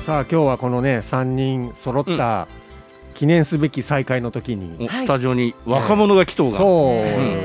さあ今日はこのね3人揃った記念すべき再会の時に、 スタジオに若者が来とうが、 そう、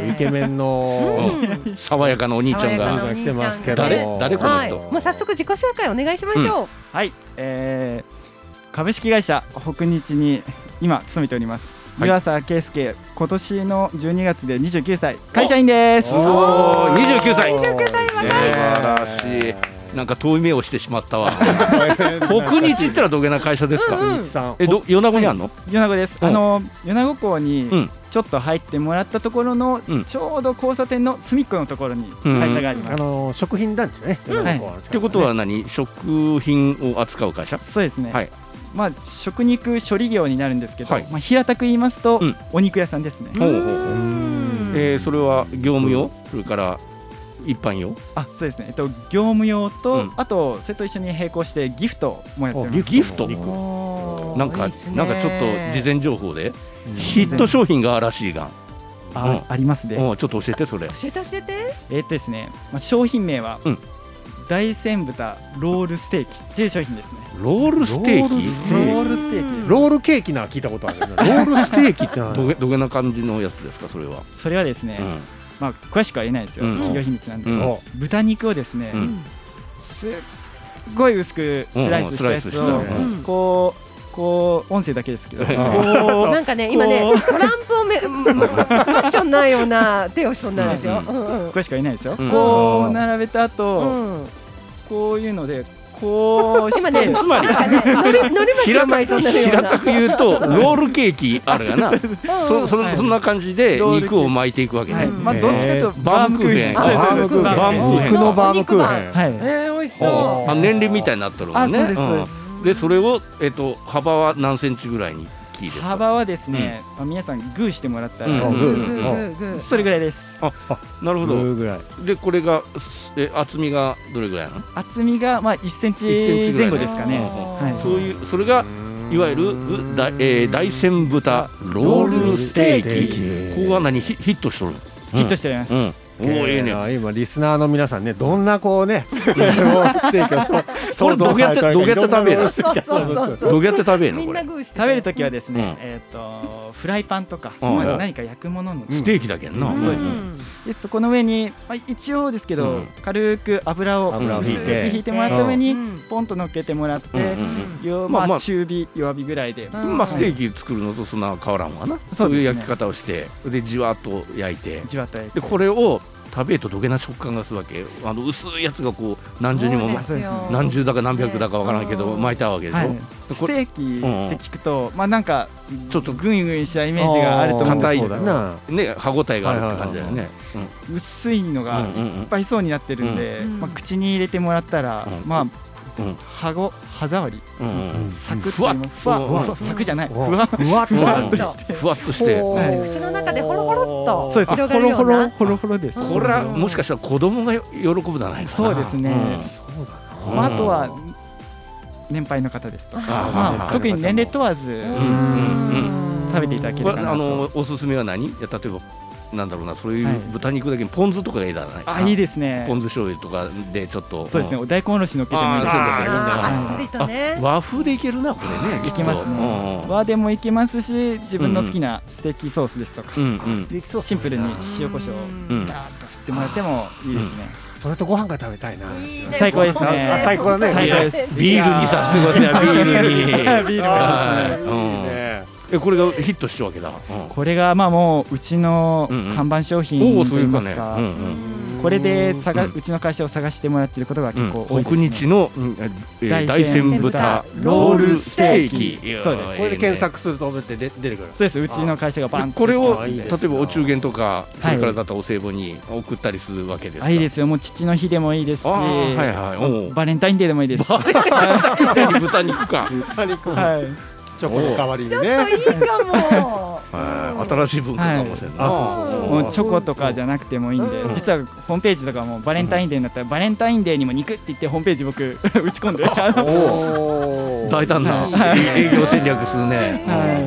イケメンの爽やかなお兄ちゃんが来てますけど、 誰この人、 もう早速自己紹介お願いしましょう。 はい、株式会社北日に今勤めております、湯浅圭介、今年の12月で29歳、会社員です。 おー、29歳、 29歳、 素晴らしい。なんか遠い目をしてしまったわ。北日ってのはどげな会社ですか？米子にあんの？ 米子です。米子港にちょっと入ってもらったところのちょうど交差点の隅っこのところに会社があります。 食品団地ね。 ってことは何？食品を扱う会社？ そうですね。まあ食肉処理業になるんですけど、まあ平たく言いますとお肉屋さんですね。 それは業務用？それから一般用？ そうですね。業務用と、あとそれと一緒に並行してギフトもやってます。 ギフト？なんかちょっと事前情報でヒット商品があるらしいが。 ありますね。 ちょっと教えてそれ。 教えて。 ですね。商品名は大山豚ロールステーキっていう商品ですね。 ロールステーキ？ ロールステーキ。 ロールケーキな聞いたことある。ロールステーキってどげな感じのやつですかそれは？ それはですね。まあ詳しくは言えないですよ。企業秘密なんで。豚肉をですね、すっごい薄くスライスしたやつをこう音声だけですけど、 なんかね今ねトランプをマッチョなような手をしそうなんですよ。 詳しくは言えないですよ。こう並べた後、こういうので。こうして、 つまり平たく言うとロールケーキあるがな、そんな感じで肉を巻いていくわけね。 まあどっちかというとバームクーヘン、 肉のバームクーヘン、美味しそう。 年輪みたいになってるもんね。でそれを幅は何センチぐらいに？ 幅はですね、皆さんグーしてもらったらそれぐらいです。 なるほど。でこれが厚みがどれぐらいなの？ 厚みが1センチ前後ですかね。 それがいわゆる大山豚ロールステーキ。ここは何ヒットしとる？ ヒットしております。 今リスナーの皆さんね、どんなこうねステーキを想像されたらどうやって食べる？どうやって食べるのこれ？ 食べるときはですね、フライパンとか何か焼くもののステーキだけんな。 そうです。そこの上に一応ですけど軽く油を引いてもらった上にポンと乗っけてもらって、中火弱火ぐらいで、 ステーキ作るのとそんな変わらんわな。そういう焼き方をしてでじわっと焼いて、でこれを食べるとどげな食感がするわけ。薄いやつがこう何重にも何重だか何百だかわからんけど巻いてあるわけでしょ。 ステーキって聞くとなんかちょっとグイグイしたイメージがあると思うんですけど、 ね、歯ごたえがあるって感じだよね。 薄いのがいっぱいそうになってるんで、口に入れてもらったら歯触りサクッふわっサクじゃない、ふわっとして口の中でホロホロっとそうです。ホロホロです。 これはもしかしたら子供が喜ぶじゃないかな。 そうですね。あとは年配の方ですとか、特に年齢問わず食べていただけるかなと。 おすすめは何？例えばなんだろうな、そういう豚肉だけにポン酢とかがいいだないか。 いいですね。 ポン酢醤油とかでちょっと。 そうですね。大根おろしのっけてもいいです。 和風でいけるなこれね。 いけますね。和でもいけますし、自分の好きなステーキソースですとか、シンプルに塩コショウガーッと振ってもらってもいいですね。 それとご飯が食べたいな。 最高ですね。 最高だね。 最高です。 ビールにさせてください。ビールに。 ビールもいいですね。 これがヒットしちゃうわけだ。 これがもううちの看板商品といいますか、これでうちの会社を探してもらっていることが結構多いですね。 北日の大山豚ロールステーキ。 そうです。これで検索すると出てくる。 そうです。うちの会社がバン。 これを例えばお中元とかそれからだったらお歳暮に送ったりするわけですか？ いいですよ。もう父の日でもいいですし、バレンタインデーでもいいです。 豚肉か。 はい。 チョコの代わりにね。 ちょっといいかも。 新しい文化かもしれない。 もうチョコとかじゃなくてもいいんで、実はホームページとかもバレンタインデーになったらバレンタインデーにも肉って言ってホームページ僕打ち込んで。 大胆な営業戦略するね。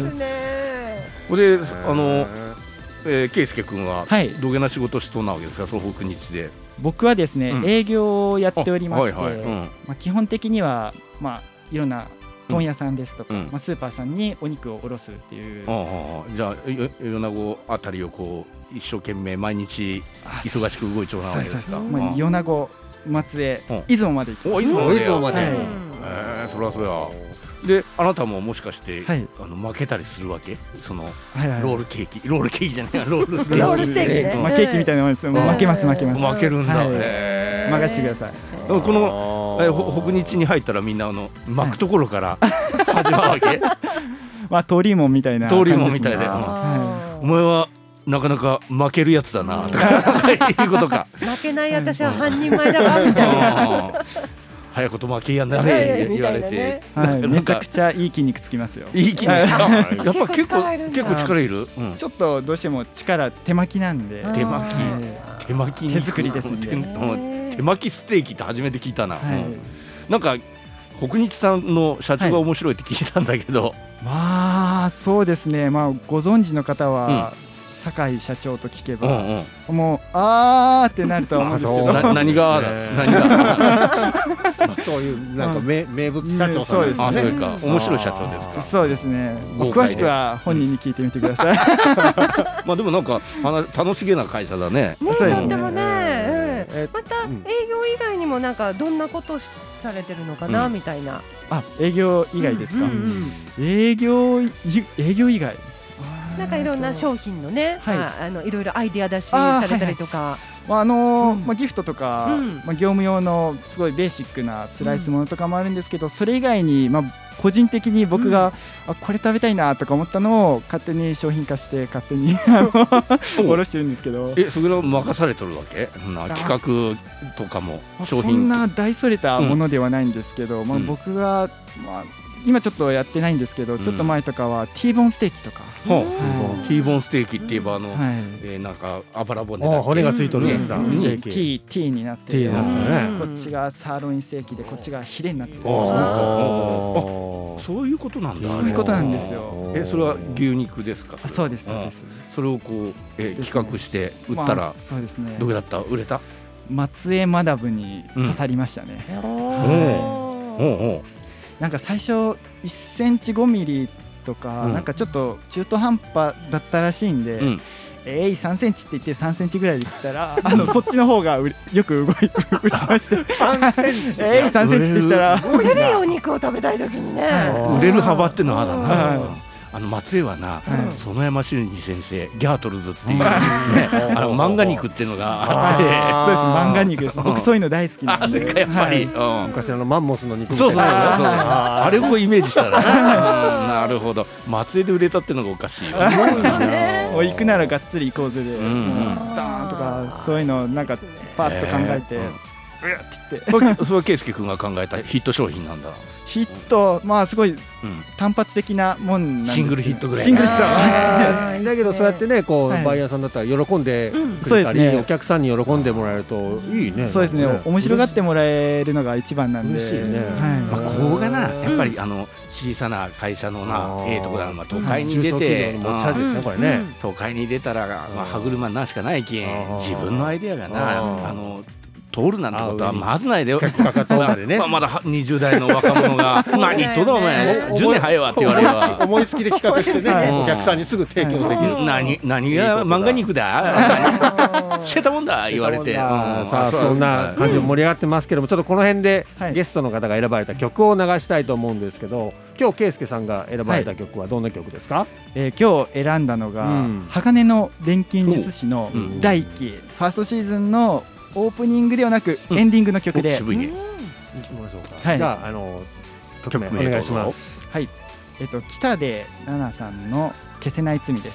で圭介君はどげな仕事しとんなわけですか、その北日で。 僕はですね、営業をやっておりまして、基本的にはいろんな問屋さんですとか、スーパーさんにお肉を卸すっていう。 じゃあ米子あたりをこう一生懸命毎日忙しく動いちゃうわけですか。 米子、松江、出雲まで行きます。 出雲まで。それはそれは。であなたももしかして負けたりするわけ？そのロールケーキじゃないロールステーキ。 ケーキみたいなものです。負けます。負けるんだ。 任してください。 この北日に入ったらみんな巻くところから始まるわけ？ 登竜門みたいな。 登竜門みたいで。お前はなかなか負けるやつだなとかいうことか。 負けない私は半人前だわみたいな。 早いこと負けやんだね言われて、 めちゃくちゃいい筋肉つきますよ。 いい筋肉。やっぱ結構力いる。 ちょっとどうしても手巻きなんで。 手巻き手作りですんで。 手巻きステーキって初めて聞いたな。なんか北日さんの社長が面白いって聞いたんだけど。 そうですね。ご存知の方は。酒井社長と聞けば、もうあーってなるとは思うんですけど、 何がそういうなんか名物社長さんですね。 そうか、面白い社長ですか。 そうですね。詳しくは本人に聞いてみてください。 でもなんか楽しげな会社だね。 そうですね。また営業以外にもなんかどんなことされてるのかなみたいな。 営業以外ですか。営業以外。 なんかいろんな商品のね、いろいろアイディア出しされたりとか、 ギフトとか、業務用のすごいベーシックなスライスものとかもあるんですけど、それ以外に個人的に僕がこれ食べたいなとか思ったのを勝手に商品化して勝手に卸してるんですけど。 それを任されとるわけ？企画とかも商品。 そんな大それたものではないんですけど、僕が今ちょっとやってないんですけど、ちょっと前とかは T ボーンステーキとか。 T ボーンステーキって言えばなんかあばら骨だっけ、 骨がついとるやつだ。 T になって、こっちがサーロインステーキでこっちがヒレになってる。 そういうことなんだ。 そういうことなんですよ。 それは牛肉ですか？ そうですそうです。 それをこう企画して売ったらどうだった？売れた？ 松江マダブに刺さりましたね。なんか最初1センチ5ミリとか、なんかちょっと中途半端だったらしいんで、3センチって言って3センチぐらいで来たらそっちの方がよく売りまして3センチ3センチってしたら売れるよ、お肉を食べたい時にね。 売れる幅ってのはあだな。松江はな、園山修二先生ギャートルズっていう漫画肉っていうのがあって、 そうです、漫画肉です。僕そういうの大好きなんで。 やっぱり昔マンモスの肉みたいな、あれをイメージしたらなるほど。松江で売れたっていうのがおかしいわ。 行くならがっつり行こうぜでダーンとか、そういうのなんかパッと考えてそれは圭介君が考えたヒット商品なんだ。 ヒット、すごい単発的なもんなんです。 シングルヒットぐらい。 シングルヒットだけど、そうやってね、こうバイヤーさんだったら喜んでくれたり、お客さんに喜んでもらえるといいね。 そうですね。面白がってもらえるのが一番なんで。 嬉しいね。 ここがな、やっぱり小さな会社のところが都会に出て、都会に出たら歯車なんしかないけん、自分のアイデアがな通るなんてことはまずないでよ。まだ20代の若者が何言っとんだお前、10年早いわって言われるわ。 思いつきで企画してね、お客さんにすぐ提供できる。 何が漫画肉だしてたもんだ言われて。 さあ、そんな感じで盛り上がってますけども、ちょっとこの辺でゲストの方が選ばれた曲を流したいと思うんですけど、今日圭介さんが選ばれた曲はどんな曲ですか？ 今日選んだのが鋼の錬金術師の第1期ファーストシーズンのオープニングではなくエンディングの曲で、 じゃあ曲名お願いします。 はい、北出奈々さんの消せない罪です。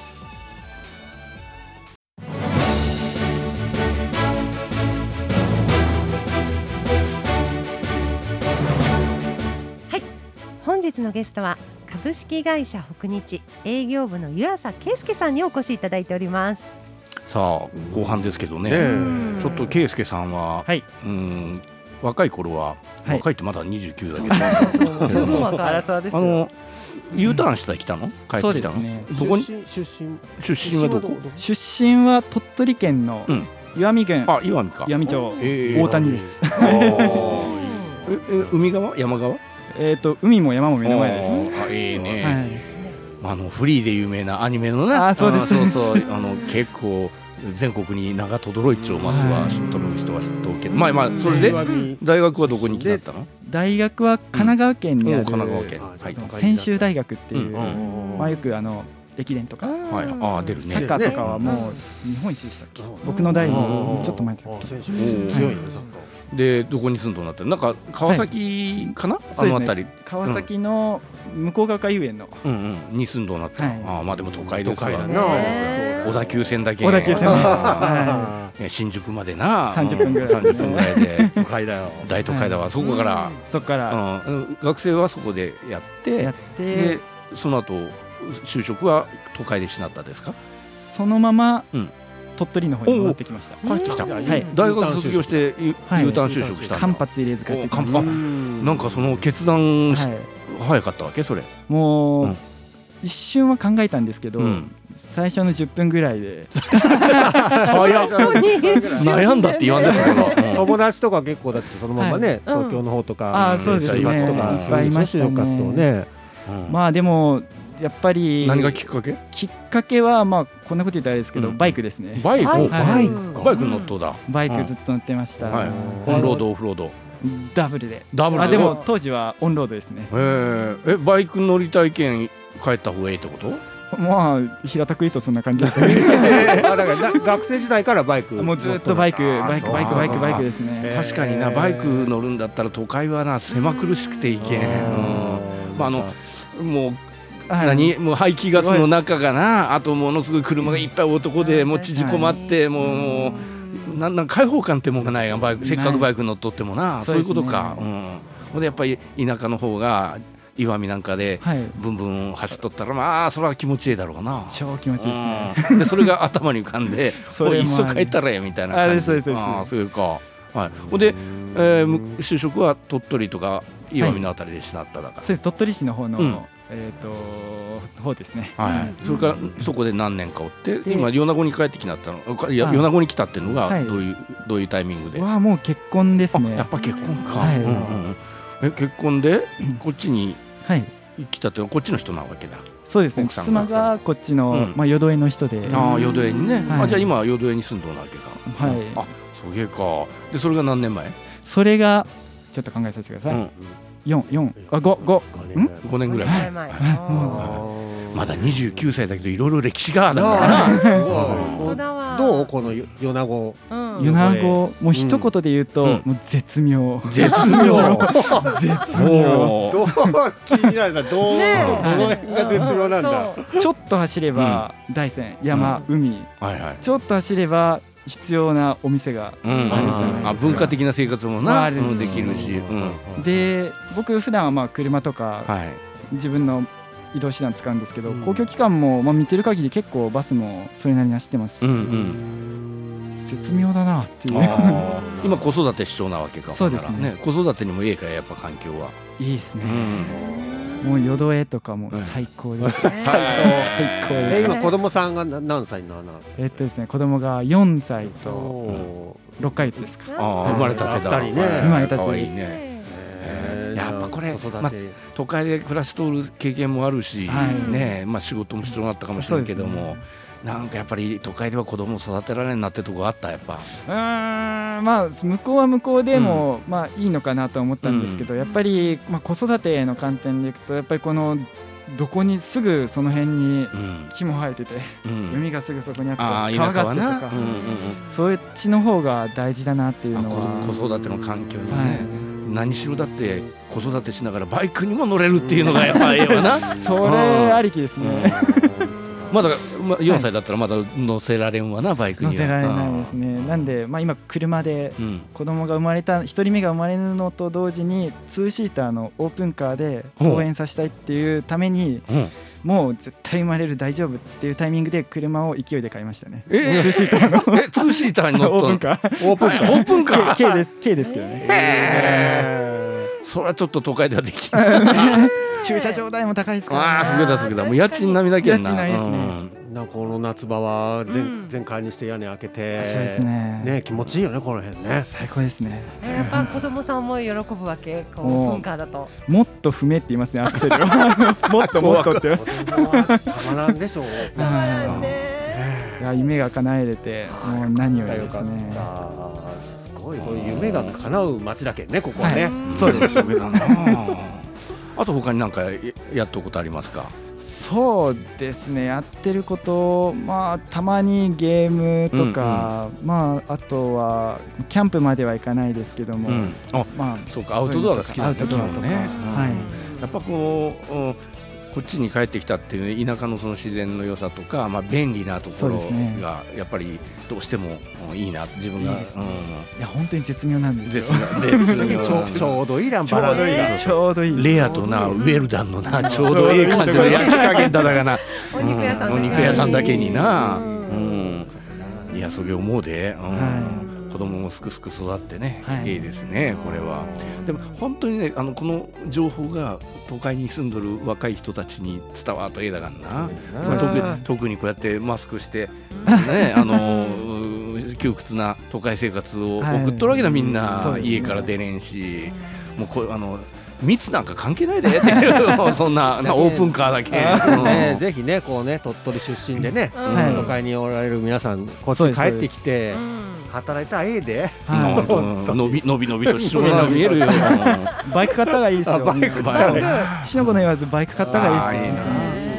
はい、本日のゲストは株式会社北日営業部の湯浅圭介さんにお越しいただいております。 さあ後半ですけどね、ちょっと圭介さんは、若い頃は、若いってまだ29だけど、U ターンしてきたの？帰ってきたの？どこに出身はどこ？ 出身は鳥取県の岩見郡。 岩見か。 岩見町大谷です。 海側？山側？ 海も山も目の前です。 いいね。フリーで有名なアニメのね。 そうです。 そう結構全国に名が轟いちゃうますわ。知っとる人は知っとるけど、まあそれで大学はどこに来たったの？ 大学は神奈川県にある神奈川県専修大学っていう、よく駅伝とか出るね。 サッカーとかはもう日本一でしたっけ？僕の代のちょっと前だっけ？ 強いよねサッカー。 でどこに住んどなってる？なんか川崎かな？あの辺り。 川崎の向こう側遊園のに住んどなった。まあでも都会ですわ。小田急線だけ。 小田急線です。 新宿までな。 30分ぐらい。 30分ぐらいで。 都会だよ。 大都会だわ。そこから。学生はそこでやって、でその後就職は都会でしなったですか？ そのまま鳥取の方に戻ってきました。 帰ってきた。大学卒業して U ターン就職した。 間髪入れず帰ってきました。 なんかその決断早かったわけ？それもう一瞬は考えたんですけど、最初の10分ぐらいで悩んだって言わんですけど、 友達とか結構だってそのままね、東京の方とかそうですね、いっぱいいましたね。まあでもやっぱり何がきっかけ？ きっかけはまあこんなこと言ったらあれですけど、バイクですね。 バイク乗っとだ。 バイクずっと乗ってました。 オンロードオフロードダブルで。 でも当時はオンロードですね。 バイク乗りたいけん帰った方がいいってこと？ まあ平たく言うとそんな感じですね。 だから学生時代からバイクもうずっとバイクですね。 確かにな、バイク乗るんだったら都会はな狭苦しくていけん。もうもう排気ガスの中がな、あとものすごい車がいっぱい男でもう縮こまって、もうなん開放感ってもんがないやん。バイクせっかくバイク乗っとってもな、そういうことか。でやっぱり田舎の方が岩見なんかでブンブン走っとったら、まあそれは気持ちいいだろうな。 超気持ちいいですね。 でそれが頭に浮かんでもういっそ帰ったらえみたいな感じ。そういうか。で就職は鳥取とか岩見のあたりでしなっただから。 そうです、鳥取市の方の方ですね。 それからそこで何年かおって、今米子に帰ってきなったの。米子に来たっていうのがどういうタイミングで？ もう結婚ですね。 やっぱ結婚か。結婚でこっちに来たってこっちの人なわけだ。 そうですね。妻がこっちの淀江の人で。 淀江にね。じゃあ今は淀江に住んどるわけか。そうげか。でそれが何年前？ それがちょっと考えさせてください。5年ぐらい前。 まだ29歳だけどいろいろ歴史があるからな。どうこの米子？ 米子もう一言で言うともう絶妙。 どう気になるな。どの辺が絶妙なんだ。 ちょっと走れば大山、山、海。ちょっと走れば必要なお店があるじゃないですか。 文化的な生活もなできるし。 で僕普段はまあ車とか自分の移動手段使うんですけど、公共機関も見てる限り結構バスもそれなりに走ってますし、絶妙だなっていう。 今子育てしそうなわけか。 そうですね。 子育てにもいいかやっぱ環境は。 いいですね。もう淀江とかも最高です。最高です。 今子供さんが何歳なの？ ですね、子供が4歳と6ヶ月ですか。 生まれたてだ。 生まれたてです。 やっぱこれ都会で暮らしとる経験もあるしね、仕事も必要だったかもしれんけども、なんかやっぱり都会では子供を育てられんなってとこあった。やっぱ向こうは向こうでもいいのかなと思ったんですけど、やっぱり子育ての観点でいくとやっぱりこのどこにすぐその辺に木も生えてて、海がすぐそこにあって川があってとか、そっちの方が大事だなっていうのは。 子育ての環境にね、何しろだって子育てしながらバイクにも乗れるっていうのがやっぱりええわな。 それありきですね。 まだ4歳だったらまだ乗せられんわな、バイクには。 乗せられないですね。なんで今車で子供が生まれた1人目が生まれるのと同時に2シーターのオープンカーで登園させたいっていうために、もう絶対生まれる大丈夫っていうタイミングで車を勢いで買いましたね。2シーターの 2シーターに乗ったオープンカー K ですけどね。 それはちょっと都会ではできない。 駐車場代も高いですからね。 すげえだもう家賃並みだけんな。 家賃並みですね。 なんかこの夏場は全開にして屋根開けて、 そうですね。 気持ちいいよねこの辺ね。 最高ですね。 やっぱ子供さんも喜ぶわけ、こうオープンカーだと。 もっと踏めって言いますね、アクセルを。もっともっとって。 たまらんでしょう。 たまらんね。 いや夢が叶えれてもう何よりですね。 すごいこういう夢が叶う街だけねここはね。 そうです。 あと他に何かやったことありますか？ そうですね、やってること、たまにゲームとか、あとはキャンプまではいかないですけども、 そうか、アウトドアが好きなんだね。やっぱこっちに帰ってきたっていう田舎のその自然の良さとか、便利なところがやっぱりどうしてもいいな、自分が。いや本当に絶妙なんですよ。 絶妙ちょうどいいバランス、 ちょうどいいレアとなウェルダンのなちょうどいい感じの焼き加減だがな、お肉屋さんだけにな。いやそれ思うで。子供もすくすく育ってね、いいですねこれは。でも本当にね、この情報が都会に住んどる若い人たちに伝わるとええだがんな。特にこうやってマスクしてね、窮屈な都会生活を送っとるわけだ、みんな家から出れんし、もうこう密なんか関係ないでっていうそんなオープンカーだけ。 ぜひねこうね鳥取出身でね都会におられる皆さんこっち帰ってきて働いたらええで、 のびのびとしそうな見えるよ。 バイク買ったがいいですよ。しのこの言わずバイク買ったがいいですよ。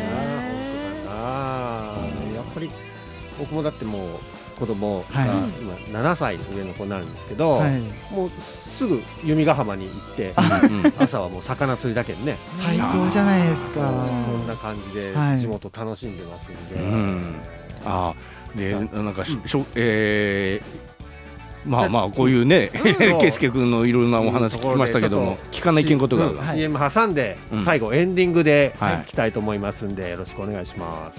やっぱり僕もだってもう子供が今7歳上の子になるんですけど、もうすぐ弓ヶ浜に行って朝はもう魚釣りだけにね、 最高じゃないですか。 そんな感じで地元楽しんでますんで。でなんかこういうね圭介君のいろんなお話聞きましたけども、聞かないけんことが CM 挟んで最後エンディングでいきたいと思いますんでよろしくお願いします。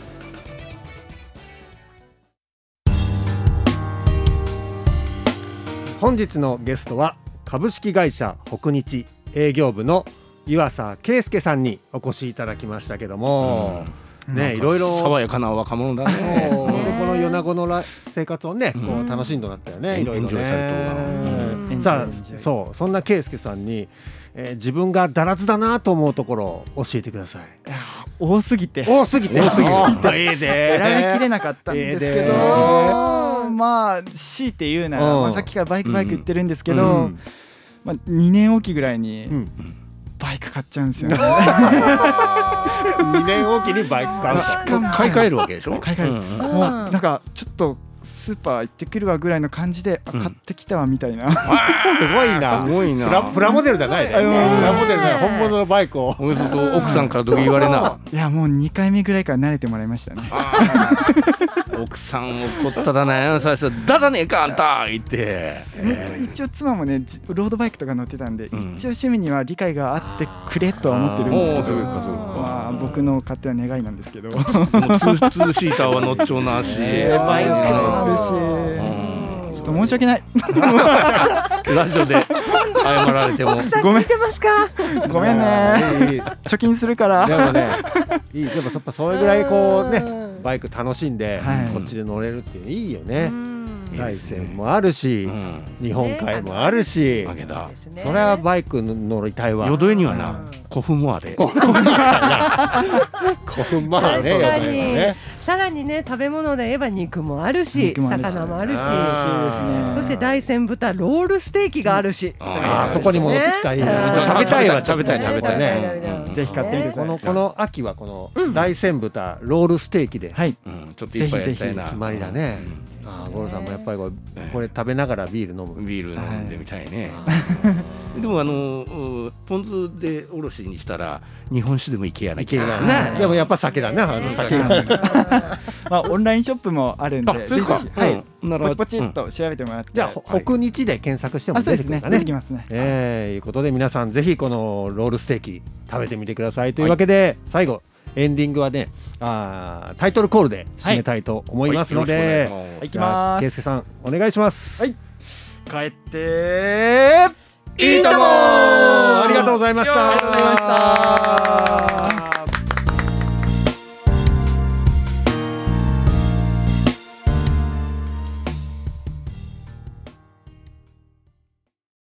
本日のゲストは株式会社北日営業部の湯浅圭介さんにお越しいただきましたけども、いろいろ爽やかな若者だね。 この米子の生活をねこう楽しんでなったよね、いろいろね。さあそんな圭介さんに自分がだらずだなと思うところを教えてください。 多すぎて選びきれなかったんですけど、強いて言うなら、さっきからバイク言ってるんですけど、2年おきぐらいにバイク買っちゃうんですよね。 2年おきにバイク買う。 買い替えるわけでしょ。 買い替える。もうなんかちょっとスーパー行ってくるわぐらいの感じで買ってきたわみたいな。 すごいな。プラモデルじゃないね。プラモデルな本物のバイクを。 奥さんからどう言われな。 いやもう2回目ぐらいから慣れてもらいましたね。 奥さん怒っただね、最初だだねえかあんた言って。 一応妻もねロードバイクとか乗ってたんで、一応趣味には理解があってくれとは思ってるんですけど、僕の勝手な願いなんですけど、ツーシーターは乗っちょなし、 バイク乗るし、ちょっと申し訳ない。 ラジオで謝られても奥さん聞いてますか？ ごめんね。貯金するから。 でもね、でもやっぱそれぐらいこうねバイク楽しんでこっちで乗れるっていいよね。大山もあるし、日本海もあるし、それはバイク乗りたいわ。 淀江にはな古墳もあれ。 古墳もあるね。 さらにね食べ物で言えば肉もあるし魚もあるし、そして大山豚ロールステーキがあるし、 そこに戻ってきたい。食べたいね。ぜひ買ってみてください。 この秋はこの大山豚ロールステーキでちょっといっぱいやりたいな。 決まりだね。五郎さんもやっぱりこれ食べながらビール飲む。 ビール飲んでみたいね。でもポン酢でおろしにしたら日本酒でもいけやな。いけるな。でもやっぱ酒だな。酒。 オンラインショップもあるんで、ぜひポチッと調べてもらって。 じゃあ北日で検索しても出てくるかね。 出てきますね。 いうことで皆さんぜひこのロールステーキ食べてみてくださいというわけで、最後エンディングはねタイトルコールで締めたいと思いますので、 いきます。 圭介さんお願いします。 はい。帰っていいとも。ありがとうございました。 ありがとうございました。